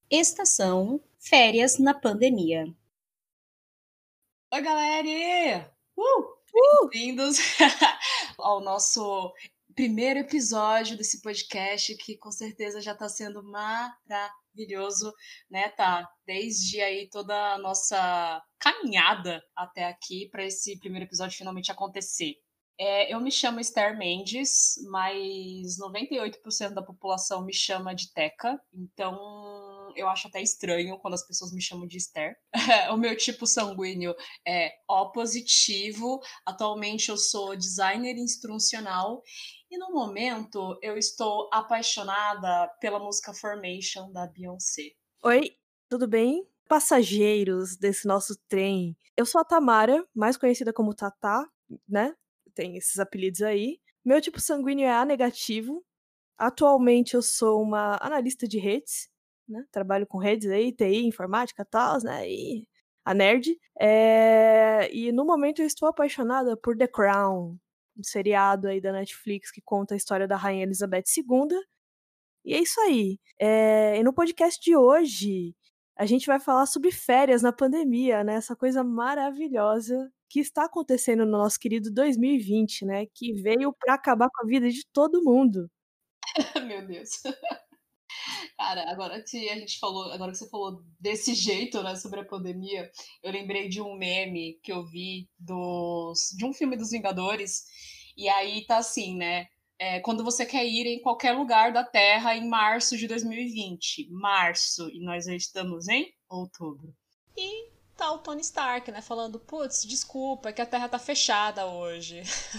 Estação Férias na Pandemia. Oi, galera! Bem-vindos ao nosso primeiro episódio desse podcast, que com certeza já está sendo maravilhoso, né? Tá desde aí toda a nossa caminhada até aqui para esse primeiro episódio finalmente acontecer. Eu me chamo Esther Mendes, mas 98% da população me chama de Teca, então eu acho até estranho quando as pessoas me chamam de Esther. O meu tipo sanguíneo é O positivo. Atualmente eu sou designer instrucional e no momento eu estou apaixonada pela música Formation da Beyoncé. Oi, tudo bem? Passageiros desse nosso trem. Eu sou a Tamara, mais conhecida como Tatá, né? Tem esses apelidos aí. Meu tipo sanguíneo é A negativo. Atualmente eu sou uma analista de redes, né? Trabalho com redes aí, TI, informática e tal, né? E a nerd. E no momento eu estou apaixonada por The Crown, um seriado aí da Netflix que conta a história da Rainha Elizabeth II. E é isso aí. E no podcast de hoje, a gente vai falar sobre férias na pandemia, né? Essa coisa maravilhosa que está acontecendo no nosso querido 2020, né? Que veio para acabar com a vida de todo mundo. Meu Deus. Cara, agora que você falou desse jeito, né, sobre a pandemia, eu lembrei de um meme que eu vi de um filme dos Vingadores, e aí tá assim, né? Quando você quer ir em qualquer lugar da Terra em março de 2020. Março, e nós já estamos em outubro. E tá o Tony Stark, né, falando, putz, desculpa, é que a Terra tá fechada hoje.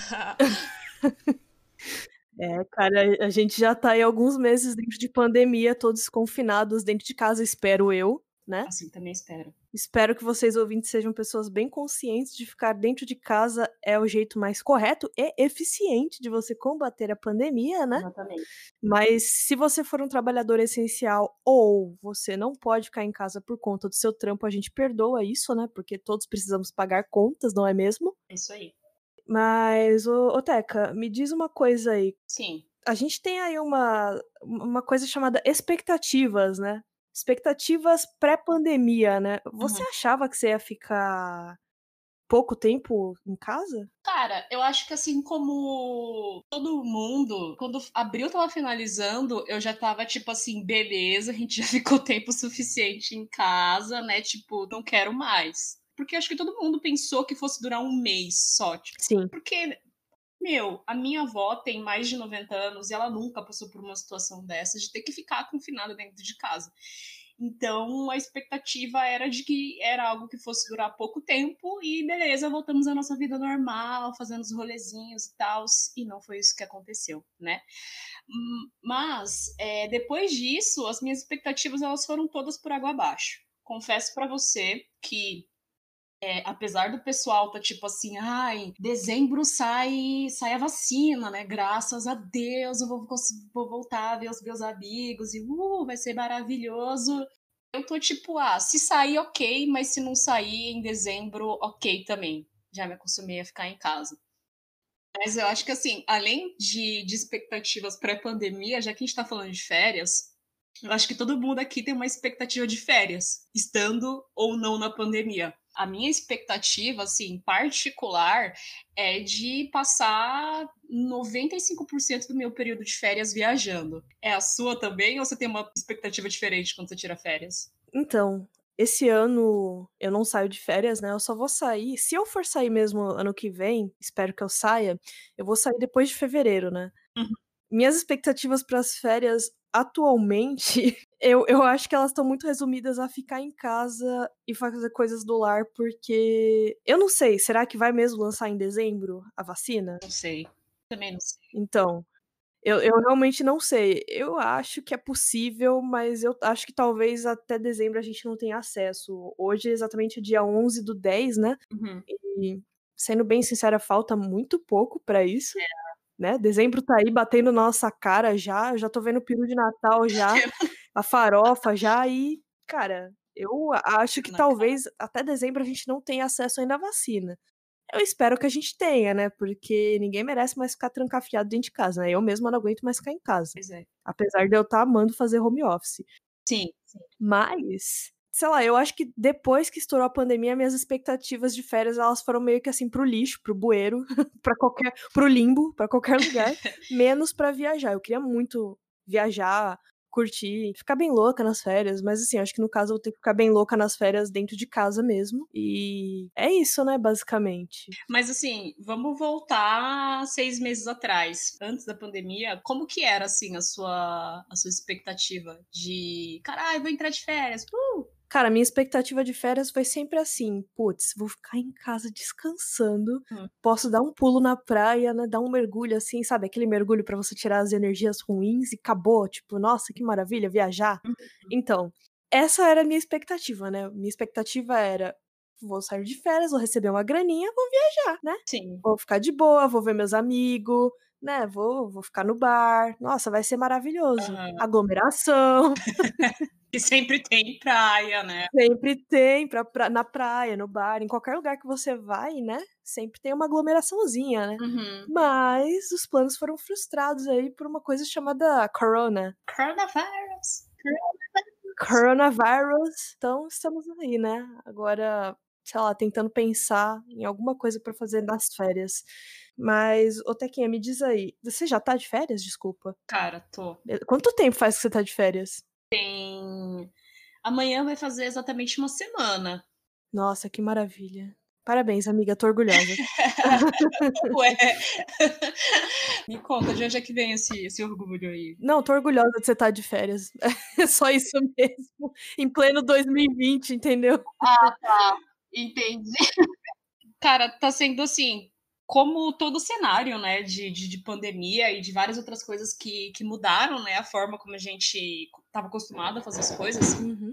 Cara, a gente já tá aí alguns meses dentro de pandemia, todos confinados dentro de casa, espero eu, né? Assim, também espero. Espero que vocês ouvintes sejam pessoas bem conscientes de ficar dentro de casa é o jeito mais correto e eficiente de você combater a pandemia, né? Exatamente. Mas se você for um trabalhador essencial ou você não pode ficar em casa por conta do seu trampo, a gente perdoa isso, né? Porque todos precisamos pagar contas, não é mesmo? É isso aí. Mas, ô Teca, me diz uma coisa aí. Sim. A gente tem aí uma coisa chamada expectativas, né? Expectativas pré-pandemia, né? Você Uhum. achava que você ia ficar pouco tempo em casa? Cara, eu acho que assim como todo mundo, quando abril tava finalizando, eu já tava tipo assim, beleza, a gente já ficou tempo suficiente em casa, né? Tipo, não quero mais. Porque acho que todo mundo pensou que fosse durar um mês só, tipo. Sim. Porque, meu, a minha avó tem mais de 90 anos e ela nunca passou por uma situação dessa de ter que ficar confinada dentro de casa. Então a expectativa era de que era algo que fosse durar pouco tempo e beleza, voltamos à nossa vida normal, fazendo os rolezinhos e tal, e não foi isso que aconteceu, né? Mas depois disso, as minhas expectativas elas foram todas por água abaixo. Confesso para você que apesar do pessoal tá tipo assim, ai, dezembro sai a vacina, né? Graças a Deus eu vou voltar a ver os meus amigos e vai ser maravilhoso. Eu tô tipo, se sair, ok, mas se não sair em dezembro, ok também. Já me acostumei a ficar em casa. Mas eu acho que assim, além de expectativas pré-pandemia, já que a gente tá falando de férias, eu acho que todo mundo aqui tem uma expectativa de férias, estando ou não na pandemia. A minha expectativa, assim, particular, é de passar 95% do meu período de férias viajando. É a sua também, ou você tem uma expectativa diferente quando você tira férias? Então, esse ano eu não saio de férias, né? Eu só vou sair. Se eu for sair mesmo ano que vem, espero que eu saia, eu vou sair depois de fevereiro, né? Uhum. Minhas expectativas para as férias atualmente, eu acho que elas estão muito resumidas a ficar em casa e fazer coisas do lar, porque eu não sei, será que vai mesmo lançar em dezembro a vacina? Não sei. Também não sei. Então, eu realmente não sei. Eu acho que é possível, mas eu acho que talvez até dezembro a gente não tenha acesso. Hoje é exatamente dia 11/10, né? Uhum. E, sendo bem sincera, falta muito pouco pra isso, né? Dezembro tá aí batendo na nossa cara já. Eu já tô vendo o peru de Natal já, a farofa já. E, cara, eu acho que Na cara. talvez até dezembro a gente não tenha acesso ainda à vacina. Eu espero que a gente tenha, né? Porque ninguém merece mais ficar trancafiado dentro de casa, né? Eu mesma não aguento mais ficar em casa. Pois é. Apesar de eu estar amando fazer home office. Sim. Mas, sei lá, eu acho que depois que estourou a pandemia, minhas expectativas de férias, elas foram meio que assim pro lixo, pro bueiro, pro limbo, pra qualquer lugar, menos pra viajar. Eu queria muito viajar, curtir, ficar bem louca nas férias, mas assim, acho que no caso eu vou ter que ficar bem louca nas férias dentro de casa mesmo. E é isso, né, basicamente. Mas assim, vamos voltar 6 meses atrás, antes da pandemia. Como que era assim a sua expectativa de, caralho, vou entrar de férias? Cara, minha expectativa de férias foi sempre assim: putz, vou ficar em casa descansando, posso dar um pulo na praia, né, dar um mergulho assim, sabe, aquele mergulho pra você tirar as energias ruins e acabou, tipo, nossa, que maravilha, viajar. Então, essa era a minha expectativa, né, minha expectativa era: vou sair de férias, vou receber uma graninha, vou viajar, né, Sim. vou ficar de boa, vou ver meus amigos, né, vou ficar no bar, nossa, vai ser maravilhoso. Aglomeração. E sempre tem praia, né? Sempre tem na praia, no bar, em qualquer lugar que você vai, né, sempre tem uma aglomeraçãozinha, né. Mas os planos foram frustrados aí por uma coisa chamada corona. Coronavirus. Coronavírus, então estamos aí, né, agora, sei lá, tentando pensar em alguma coisa pra fazer nas férias. Mas, ô Tequinha, me diz aí, você já tá de férias? Desculpa. Cara, tô. Quanto tempo faz que você tá de férias? Amanhã vai fazer exatamente uma semana. Nossa, que maravilha. Parabéns, amiga, tô orgulhosa. Ué. Me conta, de onde é que vem esse orgulho aí? Não, tô orgulhosa de você estar de férias. É só isso mesmo. Em pleno 2020, entendeu? Entendi. Cara, tá sendo assim, como todo o cenário, né, de pandemia e de várias outras coisas que mudaram, né, a forma como a gente estava acostumado a fazer as coisas. Uhum.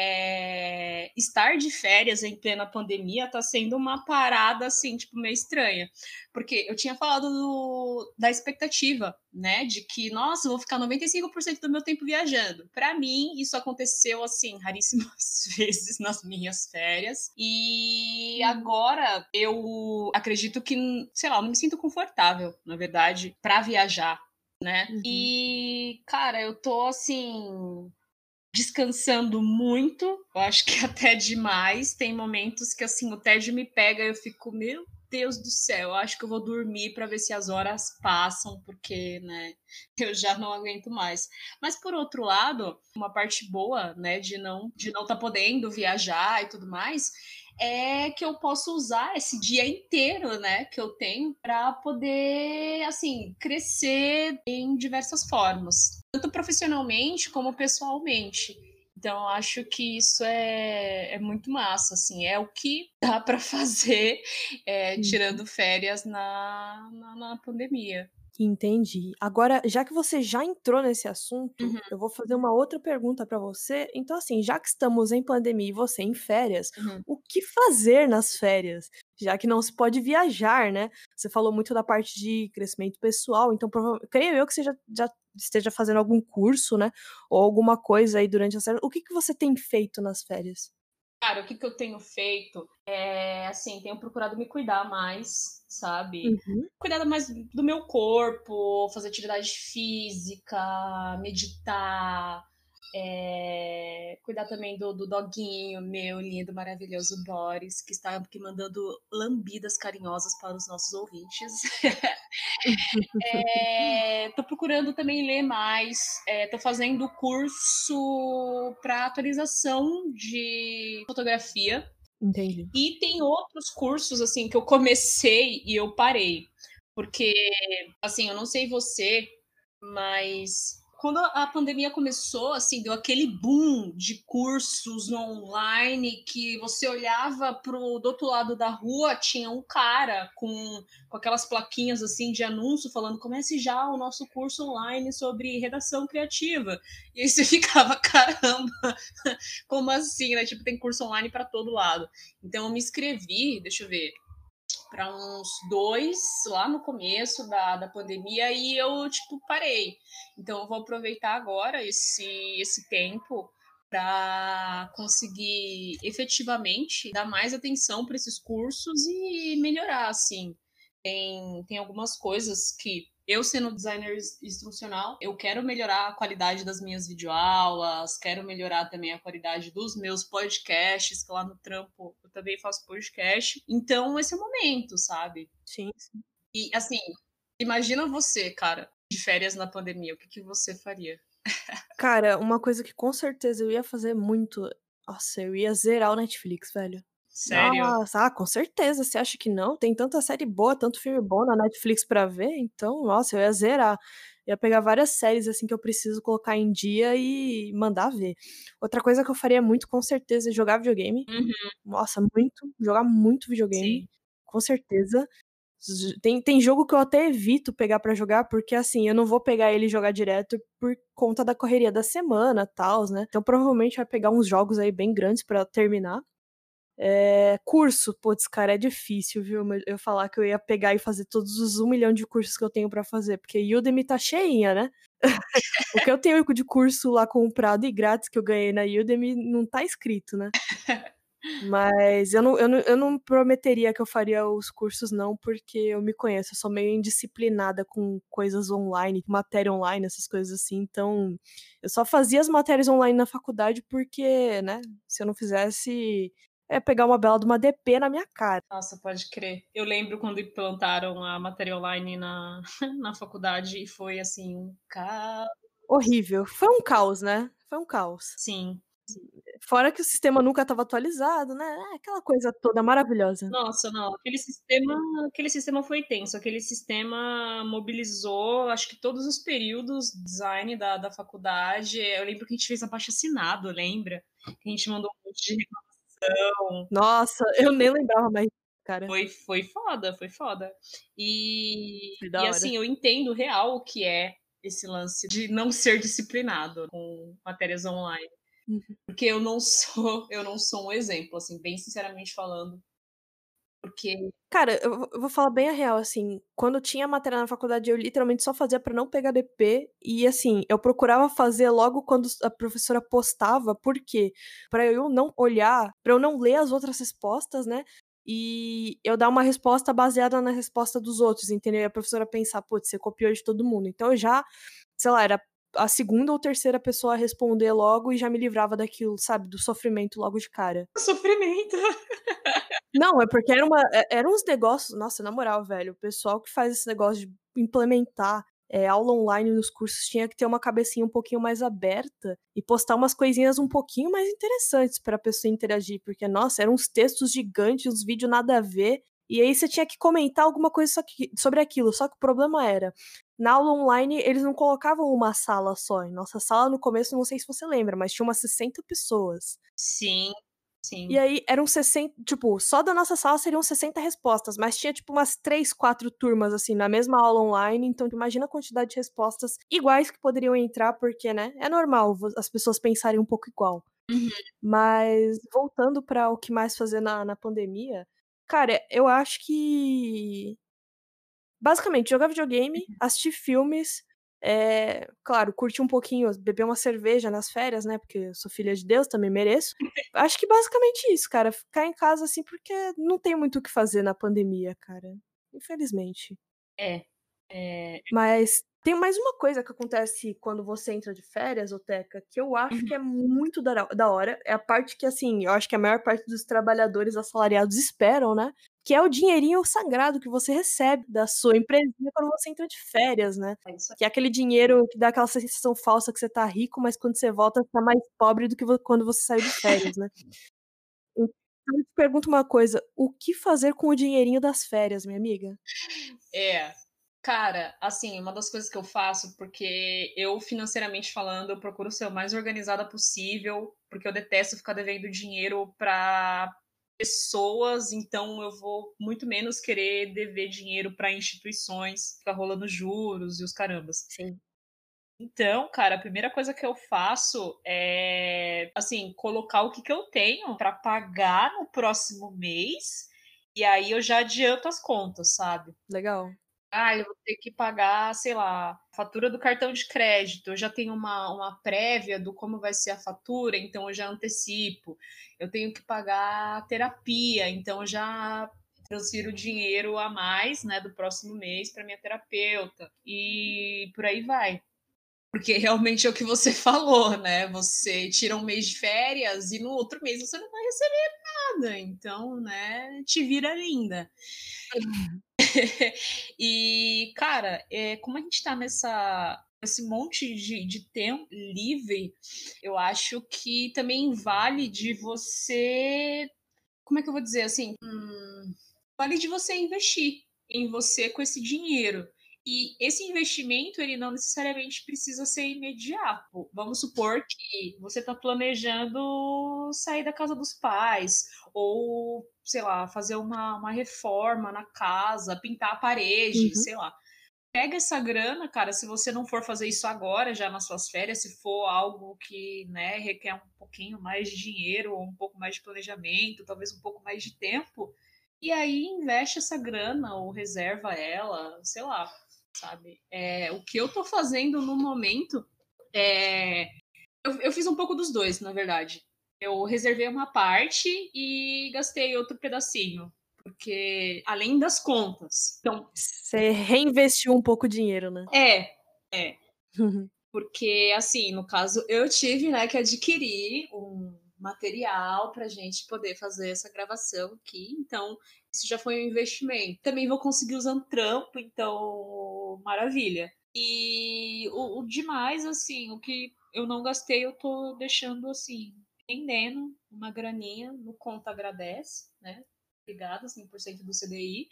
Estar de férias em plena pandemia tá sendo uma parada, assim, tipo, meio estranha. Porque eu tinha falado da expectativa, né, de que, nossa, eu vou ficar 95% do meu tempo viajando. Para mim, isso aconteceu, assim, raríssimas vezes nas minhas férias. E agora eu acredito que, sei lá, eu não me sinto confortável, na verdade, para viajar, né? E, cara, eu tô, assim, descansando muito, eu acho que até demais. Tem momentos que assim o tédio me pega e eu fico, meu Deus do céu, eu acho que eu vou dormir para ver se as horas passam, porque, né, eu já não aguento mais. Mas por outro lado, uma parte boa, né, de não tá podendo viajar e tudo mais, é que eu posso usar esse dia inteiro, né, que eu tenho para poder, assim, crescer em diversas formas, tanto profissionalmente como pessoalmente. Então, eu acho que isso é muito massa, assim, é o que dá para fazer tirando férias na pandemia. Entendi. Agora, já que você já entrou nesse assunto, Uhum, eu vou fazer uma outra pergunta pra você. Então, assim, já que estamos em pandemia e você em férias, uhum. o que fazer nas férias? Já que não se pode viajar, né? Você falou muito da parte de crescimento pessoal, então creio eu que você já esteja fazendo algum curso, né? Ou alguma coisa aí durante as férias. O que você tem feito nas férias? Cara, o que eu tenho feito é, assim, tenho procurado me cuidar mais, sabe? Uhum. Cuidar mais do meu corpo, fazer atividade física, meditar, cuidar também do doguinho meu lindo, maravilhoso Boris, que está aqui mandando lambidas carinhosas para os nossos ouvintes. Tô procurando também ler mais. Tô fazendo curso para atualização de fotografia. Entendi. E tem outros cursos, assim, que eu comecei e eu parei. Porque, assim, eu não sei você, mas quando a pandemia começou, assim, deu aquele boom de cursos online que você olhava do outro lado da rua, tinha um cara com aquelas plaquinhas, assim, de anúncio falando comece já o nosso curso online sobre redação criativa. E aí você ficava, caramba, como assim, né? Tipo, tem curso online para todo lado. Então eu me inscrevi, deixa eu ver, para uns 2 lá no começo da pandemia e eu, tipo, parei. Então eu vou aproveitar agora esse tempo para conseguir efetivamente dar mais atenção para esses cursos e melhorar, assim. Tem algumas coisas que Eu sendo designer instrucional, eu quero melhorar a qualidade das minhas videoaulas, quero melhorar também a qualidade dos meus podcasts, que lá no trampo eu também faço podcast. Então, esse é o momento, sabe? Sim. E, assim, imagina você, cara, de férias na pandemia, o que que você faria? Cara, uma coisa que com certeza eu ia fazer muito. Nossa, eu ia zerar o Netflix, velho. Sério? Nossa, com certeza. Você acha que não? Tem tanta série boa, tanto filme bom na Netflix pra ver, então, nossa, eu ia zerar. Ia pegar várias séries assim que eu preciso colocar em dia e mandar ver. Outra coisa que eu faria muito, com certeza, é jogar videogame. Uhum, Nossa, muito. Jogar muito videogame. sim. Com certeza. Tem jogo que eu até evito pegar pra jogar, porque assim, eu não vou pegar ele e jogar direto por conta da correria da semana, tals, né? Então provavelmente vai pegar uns jogos aí bem grandes pra terminar. Curso, putz, cara, é difícil, viu? Eu falar que eu ia pegar e fazer todos os 1 milhão de cursos que eu tenho pra fazer, porque Udemy tá cheinha, né? O que eu tenho de curso lá comprado e grátis que eu ganhei na Udemy não tá escrito, né? Mas eu não prometeria que eu faria os cursos, não, porque eu me conheço, eu sou meio indisciplinada com coisas online, matéria online, essas coisas assim. Então, eu só fazia as matérias online na faculdade porque, né, se eu não fizesse, é pegar uma bela de uma DP na minha cara. Nossa, pode crer. Eu lembro quando implantaram a matéria online na, na faculdade e foi assim, um caos. Horrível. Foi um caos, né? Foi um caos. Sim. Fora que o sistema nunca estava atualizado, né? Aquela coisa toda maravilhosa. Nossa, não, aquele sistema foi tenso, aquele sistema mobilizou, acho que todos os períodos de design da faculdade. Eu lembro que a gente fez abaixo-assinado, lembra? Que a gente mandou um monte de reclamação. Nossa, eu nem lembrava mais, cara. Foi foda, foi foda. E, Foi e da hora. assim, eu entendo real o que é esse lance de não ser disciplinado com matérias online. Uhum. Porque eu não sou um exemplo, assim, bem sinceramente falando. Porque Cara, eu vou falar bem a real, assim, quando tinha matéria na faculdade, eu literalmente só fazia pra não pegar DP e, assim, eu procurava fazer logo quando a professora postava, por quê? Pra eu não olhar, pra eu não ler as outras respostas, né, e eu dar uma resposta baseada na resposta dos outros, entendeu? E a professora pensar: "Putz, você copiou de todo mundo". Então eu já, sei lá, era a segunda ou terceira pessoa a responder logo e já me livrava daquilo, sabe, do sofrimento logo de cara. sofrimento. Não, é porque eram uns negócios, nossa, na moral, velho, o pessoal que faz esse negócio de implementar, aula online nos cursos tinha que ter uma cabecinha um pouquinho mais aberta e postar umas coisinhas um pouquinho mais interessantes pra pessoa interagir, porque, nossa, eram uns textos gigantes, uns vídeos nada a ver, e aí você tinha que comentar alguma coisa sobre aquilo, só que o problema era, na aula online eles não colocavam uma sala só, em nossa sala no começo, não sei se você lembra, mas tinha umas 60 pessoas. Sim, E sim. aí eram 60, tipo, só da nossa sala seriam 60 respostas, mas tinha tipo umas 3, 4 turmas assim na mesma aula online, então tu imagina a quantidade de respostas iguais que poderiam entrar, porque, né, é normal as pessoas pensarem um pouco igual. Uhum. Mas voltando pra o que mais fazer na pandemia, cara, eu acho que basicamente, jogar videogame, assistir filmes, claro, curtir um pouquinho, beber uma cerveja nas férias, né, porque eu sou filha de Deus, também mereço. Acho que basicamente isso, cara, ficar em casa, assim, porque não tem muito o que fazer na pandemia, cara, infelizmente. É, é. Mas tem mais uma coisa que acontece quando você entra de férias, ô Teca, que eu acho Uhum. que é muito da hora. É a parte que, assim, eu acho que a maior parte dos trabalhadores assalariados esperam, né? Que é o dinheirinho sagrado que você recebe da sua empresinha quando você entra de férias, né? É isso aí. Que é aquele dinheiro que dá aquela sensação falsa que você tá rico, mas quando você volta, você tá mais pobre do que quando você saiu de férias, né? Então eu te pergunto uma coisa: o que fazer com o dinheirinho das férias, minha amiga? É. Cara, assim, uma das coisas que eu faço, porque eu, financeiramente falando, eu procuro ser o mais organizada possível, porque eu detesto ficar devendo dinheiro para pessoas, então eu vou muito menos querer dever dinheiro para instituições, ficar rolando juros e os carambas. Sim. Então, cara, a primeira coisa que eu faço é, assim, colocar o que que eu tenho para pagar no próximo mês, e aí eu já adianto as contas, sabe? Legal. Ah, eu vou ter que pagar, sei lá, a fatura do cartão de crédito. Eu já tenho uma prévia do como vai ser a fatura, então eu já antecipo. Eu tenho que pagar a terapia, então eu já transfiro dinheiro a mais, né, do próximo mês para minha terapeuta e por aí vai. Porque realmente é o que você falou, né? Você tira um mês de férias e no outro mês você não vai receber nada. Então, né, te vira linda. E, cara, como a gente tá nesse monte de tempo livre, eu acho que também vale de você. Como é que eu vou dizer assim? Vale de você investir em você com esse dinheiro. E esse investimento, ele não necessariamente precisa ser imediato. Vamos supor que você está planejando sair da casa dos pais, ou, sei lá, fazer uma reforma na casa, pintar a parede, Uhum. sei lá. Pega essa grana, cara, se você não for fazer isso agora, já nas suas férias, se for algo que, né, requer um pouquinho mais de dinheiro, ou um pouco mais de planejamento, talvez um pouco mais de tempo, e aí investe essa grana ou reserva ela, sei lá, sabe? O que eu tô fazendo no momento é. Eu fiz um pouco dos dois, na verdade. Eu reservei uma parte e gastei outro pedacinho. Porque, além das contas. Então, Você reinvestiu um pouco o dinheiro, né? é. Porque, assim, no caso, eu tive, né, que adquirir um material pra gente poder fazer essa gravação aqui. Então, isso já foi um investimento. Também vou conseguir usar um trampo, então, maravilha. E o demais, assim, o que eu não gastei, eu tô deixando, assim, rendendo uma graninha no Conta Agradece, né? Obrigada, 100% do CDI.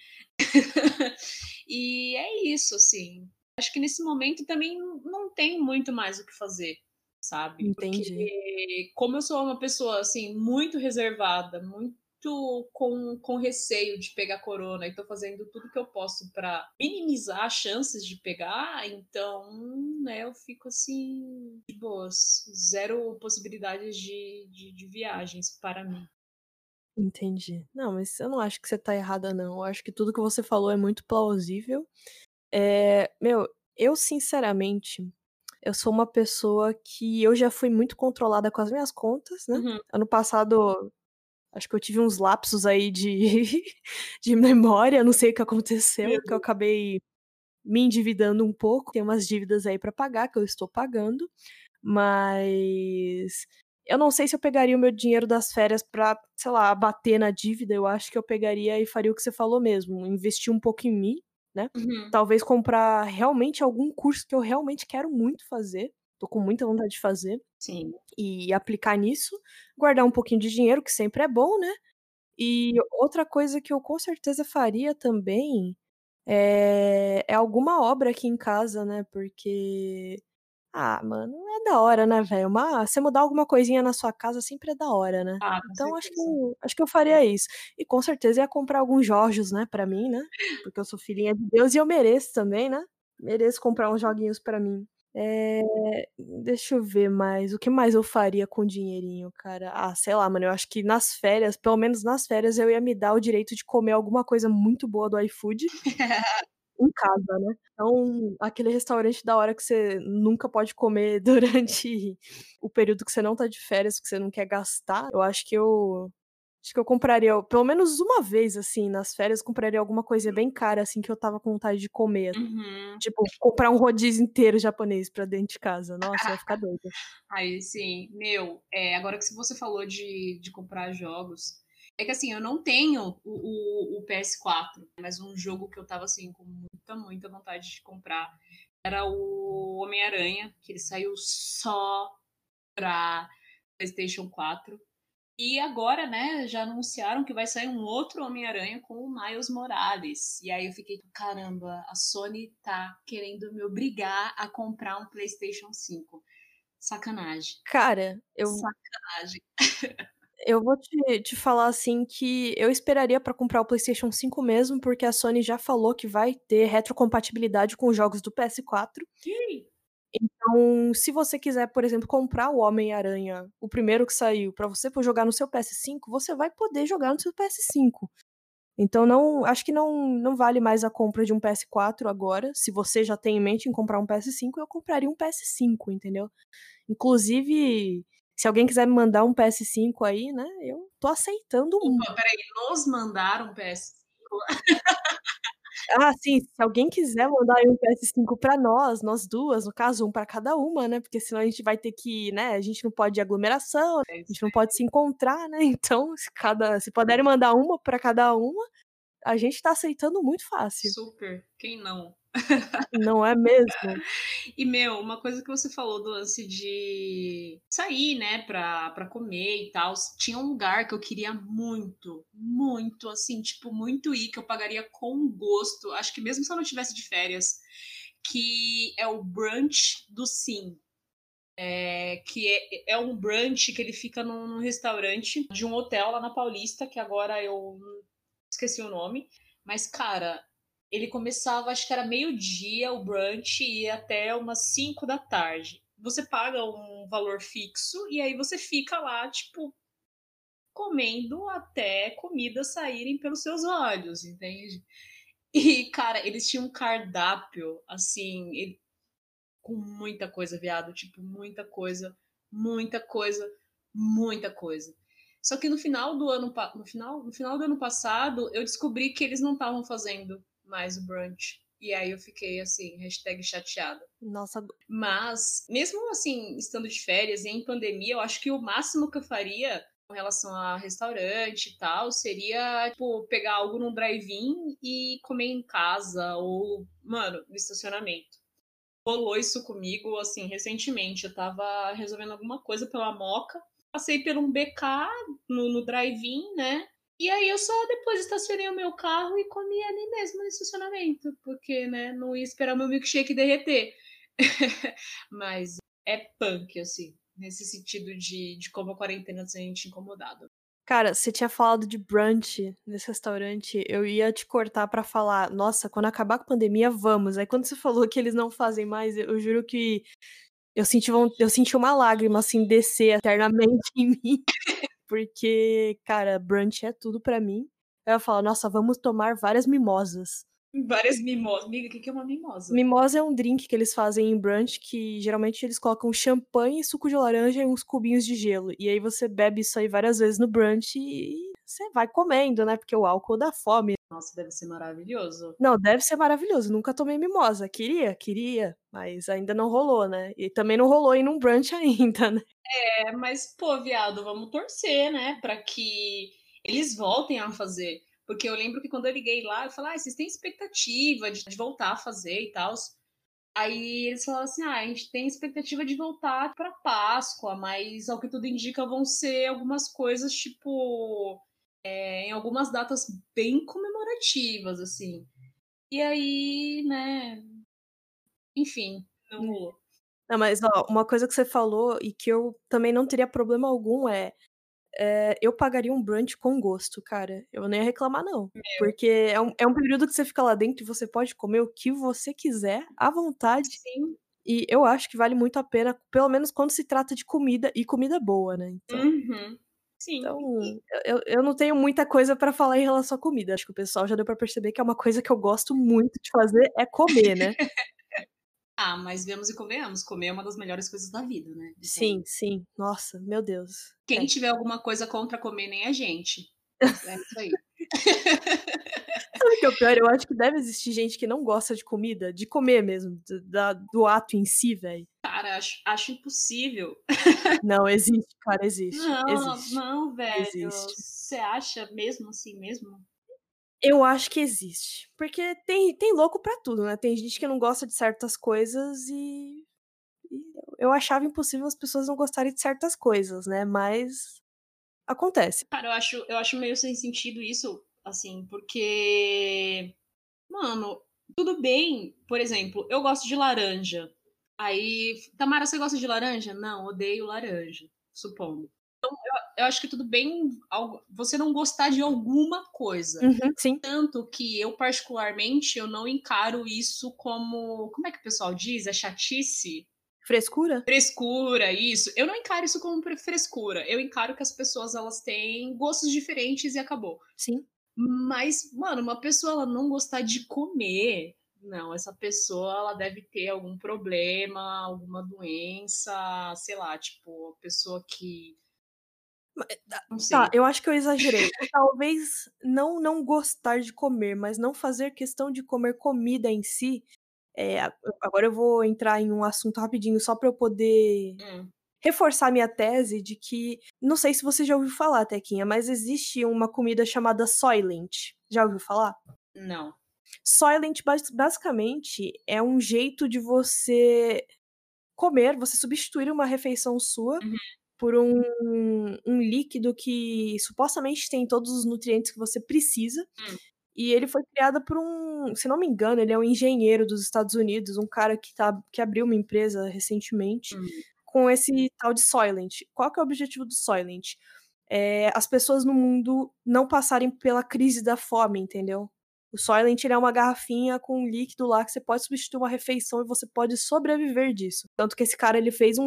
E é isso, assim. Acho que nesse momento também não tem muito mais o que fazer, sabe? Entendi. Porque como eu sou uma pessoa, assim, muito reservada, muito com receio de pegar corona e tô fazendo tudo que eu posso para minimizar as chances de pegar, então, né, eu fico assim, de boas. Zero possibilidades de viagens para mim. Entendi. Não, mas eu não acho que você tá errada, não. Eu acho que tudo que você falou é muito plausível. Meu, eu sinceramente, eu sou uma pessoa que eu já fui muito controlada com as minhas contas, né? Uhum. Ano passado, acho que eu tive uns lapsos aí de, de memória, não sei o que aconteceu, que eu acabei me endividando um pouco. Tem umas dívidas aí pra pagar, que eu estou pagando. Mas eu não sei se eu pegaria o meu dinheiro das férias pra, sei lá, abater na dívida. Eu acho que eu pegaria e faria o que você falou mesmo, investir um pouco em mim, né? Uhum. Talvez comprar realmente algum curso que eu realmente quero muito fazer, tô com muita vontade de fazer, Sim. e aplicar nisso, guardar um pouquinho de dinheiro, que sempre é bom, né? E outra coisa que eu com certeza faria também é alguma obra aqui em casa, né? Porque mano, é da hora, né, velho? Você mudar alguma coisinha na sua casa sempre é da hora, né? Ah, com Então acho que certeza. eu faria isso. E com certeza ia comprar alguns Jorjos, né, pra mim, né? Porque eu sou filhinha de Deus e eu mereço também, né? Mereço comprar uns joguinhos pra mim. Deixa eu ver mais. O que mais eu faria com dinheirinho, cara? Sei lá, mano. Eu acho que nas férias, pelo menos nas férias, eu ia me dar o direito de comer alguma coisa muito boa do iFood. Em casa, né. Então, aquele restaurante da hora que você nunca pode comer durante o período que você não tá de férias, que você não quer gastar, eu acho que eu compraria pelo menos uma vez, assim, nas férias, eu compraria alguma coisa bem cara, assim, que eu estava com vontade de comer. Uhum. Tipo, comprar um rodízio inteiro japonês pra dentro de casa. Nossa, eu ia ficar doida. Aí sim, meu, agora que você falou de comprar jogos, é que assim, eu não tenho o PS4, mas um jogo que eu tava assim, com muita vontade de comprar era o Homem-Aranha, que ele saiu só pra PlayStation 4. E agora, né, já anunciaram que vai sair um outro Homem-Aranha com o Miles Morales. E aí eu fiquei, caramba, a Sony tá querendo me obrigar a comprar um PlayStation 5. Sacanagem. Cara, Sacanagem. eu vou te falar, assim, que eu esperaria pra comprar o PlayStation 5 mesmo, porque a Sony já falou que vai ter retrocompatibilidade com os jogos do PS4. Ih, Então, se você quiser, por exemplo, comprar o Homem-Aranha, o primeiro que saiu, pra você jogar no seu PS5, você vai poder jogar no seu PS5. Então acho que não vale mais a compra de um PS4 agora. Se você já tem em mente em comprar um PS5, eu compraria um PS5, entendeu? Inclusive, se alguém quiser me mandar um PS5 aí, né, eu tô aceitando muito. Opa, peraí, nos mandaram PS5? Ah, sim, se alguém quiser mandar aí um PS5 pra nós duas, no caso, um pra cada uma, né, porque senão a gente vai ter que, né, a gente não pode ir aglomeração, a É isso gente não pode se encontrar, né, então se puderem mandar uma pra cada uma, a gente tá aceitando muito fácil. super. Quem não? Não é mesmo? E, meu, uma coisa que você falou do lance de sair, né, pra comer e tal. Tinha um lugar que eu queria muito, muito, assim, tipo, muito ir, que eu pagaria com gosto. Acho que mesmo se eu não tivesse de férias, que é o Brunch do Sim. Que é um brunch que ele fica num restaurante de um hotel lá na Paulista, que agora eu esqueci o nome. Mas, cara, ele começava, acho que era meio-dia o brunch e ia até umas 5 da tarde. Você paga um valor fixo e aí você fica lá, tipo, comendo até comidas saírem pelos seus olhos, entende? E, cara, eles tinham um cardápio, assim, com muita coisa, viado. Tipo, muita coisa, muita coisa, muita coisa. Só que no final do ano, no final do ano passado, eu descobri que eles não estavam fazendo mais o brunch. E aí eu fiquei assim, hashtag chateada. Nossa, Mas, mesmo assim, estando de férias e em pandemia, eu acho que o máximo que eu faria com relação a restaurante e tal seria, tipo, pegar algo num drive-in e comer em casa ou, mano, no estacionamento. Rolou isso comigo, assim, recentemente. Eu tava resolvendo alguma coisa pela Moca, passei por um BK no drive-in, né? E aí eu só depois estacionei o meu carro e comi ali mesmo no estacionamento, porque, né, não ia esperar meu milkshake derreter. Mas é punk, assim, nesse sentido de como a quarentena tem te incomodado. cara, você tinha falado de brunch nesse restaurante, eu ia te cortar pra falar: "Nossa, quando acabar com a pandemia, vamos". Aí quando você falou que eles não fazem mais, eu juro que eu senti uma lágrima, assim, descer eternamente em mim, porque, cara, brunch é tudo pra mim. Eu ia falar: "Nossa, vamos tomar várias mimosas". Várias mimosas. Amiga, o que é uma mimosa? Mimosa é um drink que eles fazem em brunch que geralmente eles colocam champanhe, suco de laranja e uns cubinhos de gelo. E aí você bebe isso aí várias vezes no brunch e você vai comendo, né? Porque o álcool dá fome. Nossa, deve ser maravilhoso. Não, deve ser maravilhoso. Nunca tomei mimosa. Queria, mas ainda não rolou, né? E também não rolou ir num brunch ainda, né? Mas, pô, viado, vamos torcer, né, pra que eles voltem a fazer. Porque eu lembro que quando eu liguei lá, eu falei, ah, vocês têm expectativa de voltar a fazer e tal. Aí eles falaram assim, ah, a gente tem expectativa de voltar pra Páscoa, mas ao que tudo indica vão ser algumas coisas, tipo, em algumas datas bem comemorativas, assim. E aí, né, enfim, não rolou. Não, mas ó, uma coisa que você falou e que eu também não teria problema algum eu pagaria um brunch com gosto, cara. Eu não ia reclamar não, porque é um período que você fica lá dentro e você pode comer o que você quiser, à vontade, Sim. e eu acho que vale muito a pena, pelo menos quando se trata de comida e comida boa, né, então Uhum. Sim. eu não tenho muita coisa pra falar em relação à comida, acho que o pessoal já deu pra perceber que é uma coisa que eu gosto muito de fazer, é comer, né. Ah, mas vemos e convenhamos, comer é uma das melhores coisas da vida, né? Então, Sim, sim. Nossa, meu Deus. quem É. tiver alguma coisa contra comer, nem a gente. É isso aí. Sabe o que é o pior? Eu acho que deve existir gente que não gosta de comida, de comer mesmo, do ato em si, velho. Cara, acho impossível. Não, existe, cara, existe, Não, existe, não, velho. existe. Você acha mesmo assim mesmo? Eu acho que existe, porque tem louco pra tudo, né, tem gente que não gosta de certas coisas e eu achava impossível as pessoas não gostarem de certas coisas, né, mas acontece. Cara, eu acho meio sem sentido isso, assim, porque, mano, tudo bem. Por exemplo, eu gosto de laranja. Aí, Tamara, você gosta de laranja? Não, odeio laranja, supondo. Eu acho que tudo bem você não gostar de alguma coisa. Uhum, sim. Tanto que eu, particularmente, eu não encaro isso como. Como é que o pessoal diz? É chatice? Frescura? Frescura, isso. Eu não encaro isso como frescura. Eu encaro que as pessoas elas têm gostos diferentes e acabou. Sim. Mas, mano, uma pessoa ela não gostar de comer, não, essa pessoa ela deve ter algum problema, alguma doença, sei lá, tipo, a pessoa que Não Tá, sei. eu acho que eu exagerei. Talvez não gostar de comer, mas não fazer questão de comer comida em si. Agora eu vou entrar em um assunto rapidinho só pra eu poder Hum, reforçar minha tese de que não sei se você já ouviu falar, Tequinha, mas existe uma comida chamada Soylent. Já ouviu falar? não. Soylent basicamente é um jeito de você comer, você substituir uma refeição sua Uhum. por um líquido que supostamente tem todos os nutrientes que você precisa. Hum, E ele foi criado por se não me engano, ele é um engenheiro dos Estados Unidos, um cara que abriu uma empresa recentemente hum, com esse tal de Soylent. Qual que é o objetivo do Soylent? As pessoas no mundo não passarem pela crise da fome, entendeu? O Soylent ele é uma garrafinha com um líquido lá que você pode substituir uma refeição e você pode sobreviver disso. Tanto que esse cara ele fez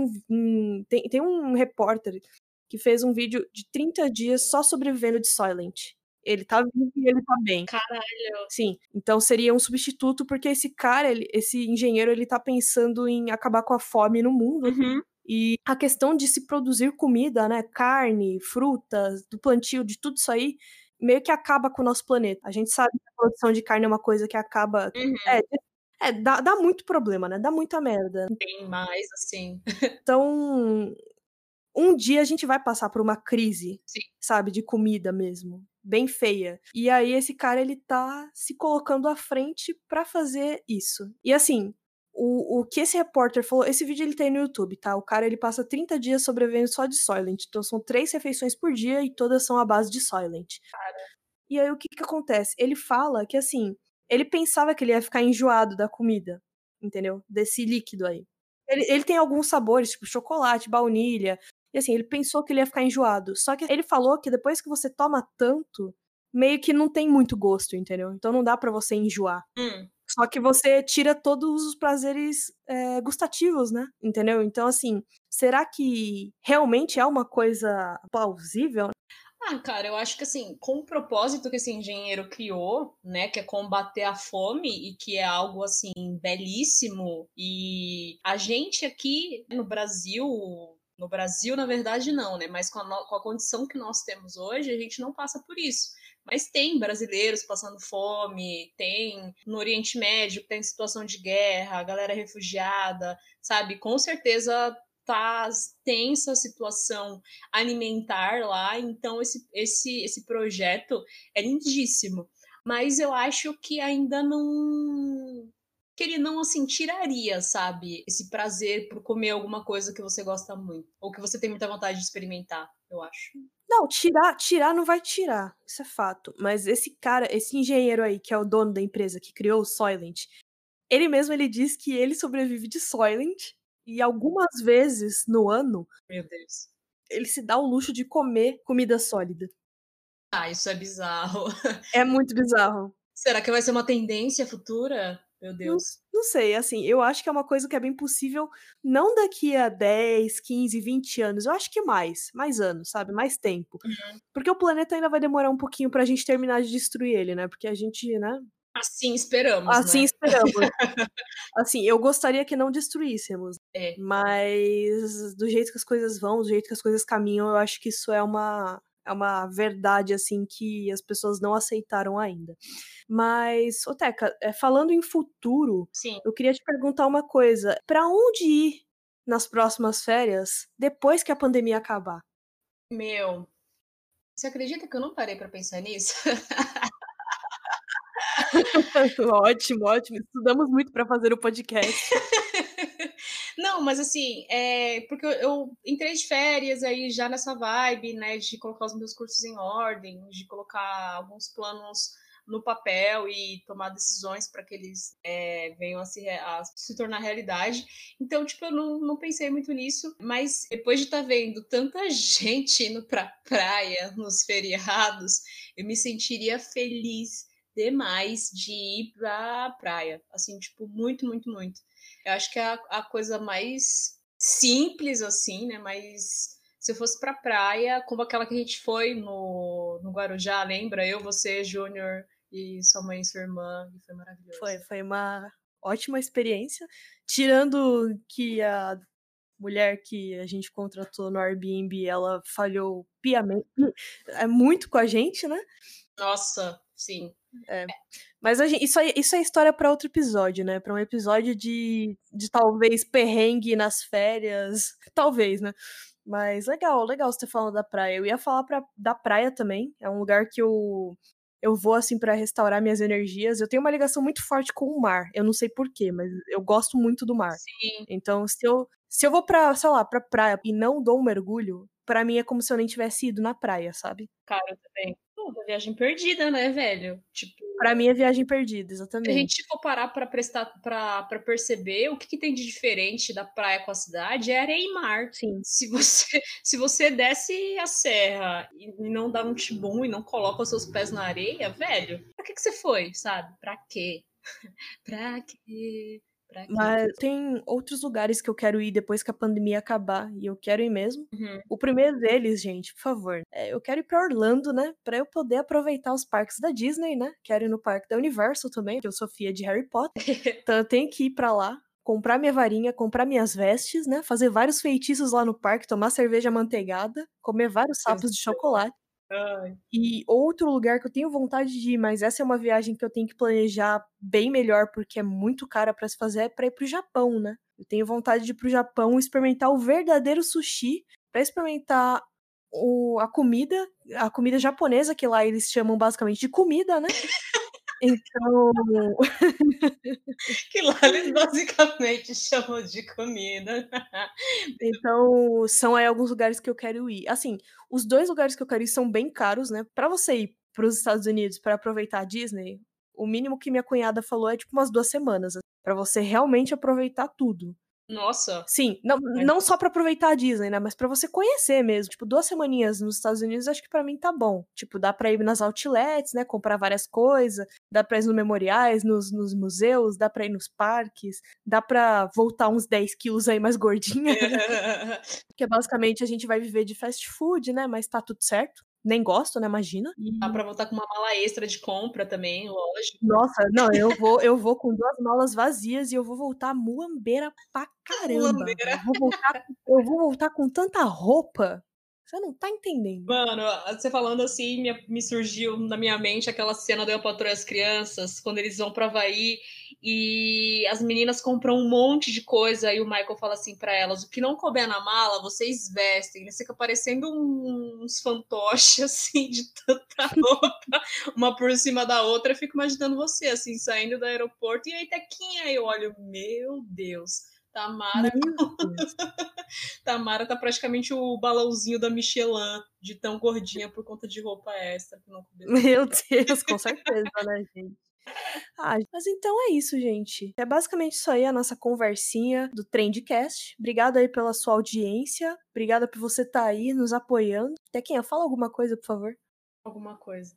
tem um repórter que fez um vídeo de 30 dias só sobrevivendo de Soylent. Ele tá vivo e ele tá bem. caralho. Sim, então seria um substituto, porque esse cara, esse engenheiro, ele tá pensando em acabar com a fome no mundo. Uhum. E a questão de se produzir comida, né, carne, frutas, do plantio, de tudo isso aí, meio que acaba com o nosso planeta. A gente sabe que a produção de carne é uma coisa que acaba Uhum. é, dá muito problema, né, dá muita merda. Tem mais, assim. Então, um dia a gente vai passar por uma crise, Sim. sabe, de comida mesmo, bem feia. E aí esse cara ele tá se colocando à frente pra fazer isso. E assim, o que esse repórter falou, esse vídeo ele tem no YouTube, tá? O cara ele passa 30 dias sobrevivendo só de Soylent. Então são 3 refeições por dia e todas são à base de Soylent. E aí o que que acontece? Ele fala que assim, ele pensava que ele ia ficar enjoado da comida, entendeu? Desse líquido aí. Ele tem alguns sabores, tipo chocolate, baunilha, e assim, ele pensou que ele ia ficar enjoado. Só que ele falou que depois que você toma tanto, meio que não tem muito gosto, entendeu? Então não dá pra você enjoar. Hum. Só que você tira todos os prazeres, gustativos, né, entendeu? Então assim, será que realmente é uma coisa plausível? Ah, cara, eu acho que assim, com o propósito que esse engenheiro criou, né, que é combater a fome e que é algo assim belíssimo, e a gente aqui no Brasil, na verdade, não, né? Mas com a condição que nós temos hoje, a gente não passa por isso. Mas tem brasileiros passando fome, tem no Oriente Médio, que tem situação de guerra, galera refugiada, sabe? Com certeza tá tensa a situação alimentar lá, então esse projeto é lindíssimo. Mas eu acho que ainda não. Que ele não, assim, tiraria, sabe? Esse prazer por comer alguma coisa que você gosta muito. Ou que você tem muita vontade de experimentar, eu acho. Não, tirar não vai tirar, isso é fato. Mas esse cara, esse engenheiro aí, que é o dono da empresa que criou o Soylent, ele mesmo ele diz que ele sobrevive de Soylent e algumas vezes no ano Meu Deus. ele se dá o luxo de comer comida sólida. Ah, isso é bizarro. É muito bizarro. Será que vai ser uma tendência futura? Meu Não, Deus. não sei, assim, eu acho que é uma coisa que é bem possível, não daqui a 10, 15, 20 anos, eu acho que mais anos, sabe, mais tempo. Porque o planeta ainda vai demorar um pouquinho pra gente terminar de destruir ele, né, porque a gente, né, Assim esperamos, assim né? esperamos. Assim, eu gostaria que não destruíssemos, É. mas do jeito que as coisas vão, do jeito que as coisas caminham, eu acho que isso é uma verdade, assim, que as pessoas não aceitaram ainda. Mas, ô Teca, falando em futuro, Sim. eu queria te perguntar uma coisa: pra onde ir nas próximas férias depois que a pandemia acabar? Meu, você acredita que eu não parei pra pensar nisso? Ótimo, ótimo. Estudamos muito pra fazer o podcast. Não, mas assim, porque eu entrei de férias aí já nessa vibe, né, de colocar os meus cursos em ordem, de colocar alguns planos no papel e tomar decisões para que eles venham a se tornar realidade. Então, tipo, eu não pensei muito nisso, mas depois de estar vendo tanta gente indo pra praia nos feriados, eu me sentiria feliz demais de ir pra praia. Assim, tipo, muito, muito, muito. Eu acho que é a coisa mais simples, assim, né? Mas se eu fosse pra praia, como aquela que a gente foi no Guarujá, lembra? Eu, você, Júnior e sua mãe e sua irmã, e foi maravilhoso. Foi uma ótima experiência, tirando que mulher que a gente contratou no Airbnb, ela falhou piamente, muito com a gente, né? Nossa, sim. Mas isso é história para outro episódio, né? Para um episódio de talvez perrengue nas férias. Talvez, né? Mas legal você ter falado da praia. Eu ia falar da praia também. É um lugar que eu vou, assim, para restaurar minhas energias. Eu tenho uma ligação muito forte com o mar. Eu não sei porquê, mas eu gosto muito do mar. Sim. Então, se eu vou pra, sei lá, pra praia e não dou um mergulho, pra mim é como se eu nem tivesse ido na praia, sabe? Cara, eu também. Pô, uma viagem perdida, né, velho? Tipo, Pra mim é viagem perdida, se a exatamente. gente for parar pra perceber o que tem de diferente da praia com a cidade é areia e mar. Sim. Se você desce a serra e não dá um tibum e não coloca os seus pés na areia, velho, pra que você foi, sabe? Pra quê? Pra quê? Pra quê? Mas tem outros lugares que eu quero ir depois que a pandemia acabar, e eu quero ir mesmo. Uhum. O primeiro deles, gente, por favor, eu quero ir pra Orlando, né? Pra eu poder aproveitar os parques da Disney, né? Quero ir no parque da Universal também, que eu sou fia de Harry Potter. Então eu tenho que ir pra lá, comprar minha varinha, comprar minhas vestes, né? Fazer vários feitiços lá no parque, tomar cerveja amanteigada, comer vários sapos de chocolate. Ai. E outro lugar que eu tenho vontade de ir, mas essa é uma viagem que eu tenho que planejar bem melhor, porque é muito cara pra se fazer, é pra ir pro Japão, né? Eu tenho vontade de ir pro Japão e experimentar o verdadeiro sushi, pra experimentar a comida japonesa, que lá eles chamam basicamente de comida, né? Então, Que lá eles basicamente chamam de comida. então, são aí alguns lugares que eu quero ir. Assim, os 2 lugares que eu quero ir são bem caros, né? Pra você ir pros Estados Unidos pra aproveitar a Disney, o mínimo que minha cunhada falou é tipo umas 2 semanas, pra você realmente aproveitar tudo. Nossa, Sim, não só pra aproveitar a Disney, né, mas pra você conhecer mesmo. Tipo, 2 semaninhas nos Estados Unidos, acho que pra mim tá bom. Tipo, dá pra ir nas outlets, né, comprar várias coisas, dá pra ir nos memoriais, nos museus, dá pra ir nos parques, dá pra voltar uns 10 quilos aí mais gordinha, né, porque basicamente a gente vai viver de fast food, né, mas tá tudo certo. Nem gosto, né, imagina. dá pra voltar com uma mala extra de compra também, lógico. Nossa, não, eu vou com 2 malas vazias e eu vou voltar muambeira pra caramba. Muambeira. Eu vou voltar com tanta roupa, você não tá entendendo. Mano, você falando assim, me surgiu na minha mente aquela cena do Eu, Patroa e as Crianças, quando eles vão pra Havaí e as meninas compram um monte de coisa e o Michael fala assim pra elas, o que não couber na mala, vocês vestem. Eles ficam parecendo uns fantoches, assim, de tanta roupa, uma por cima da outra. Eu fico imaginando você, assim, saindo do aeroporto e aí, Tequinha, eu olho, meu Deus, Tamara Meu Deus. Tamara tá praticamente o balãozinho da Michelin, de tão gordinha por conta de roupa extra que não combina. Meu Deus, com certeza, né, gente. Mas então é isso, gente. É basicamente isso aí, a nossa conversinha do Trendcast. Obrigada aí pela sua audiência. Obrigada por você estar aí nos apoiando. Tequinha, fala alguma coisa, por favor. Alguma coisa.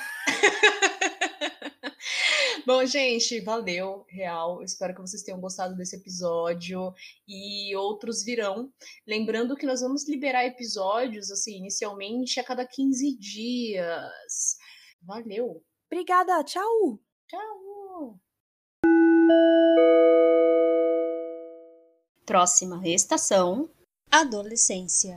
Bom, gente, valeu, real. Espero que vocês tenham gostado desse episódio e outros virão. Lembrando que nós vamos liberar episódios, assim, inicialmente a cada 15 dias. Valeu. Obrigada, tchau! Tchau. Próxima estação: adolescência.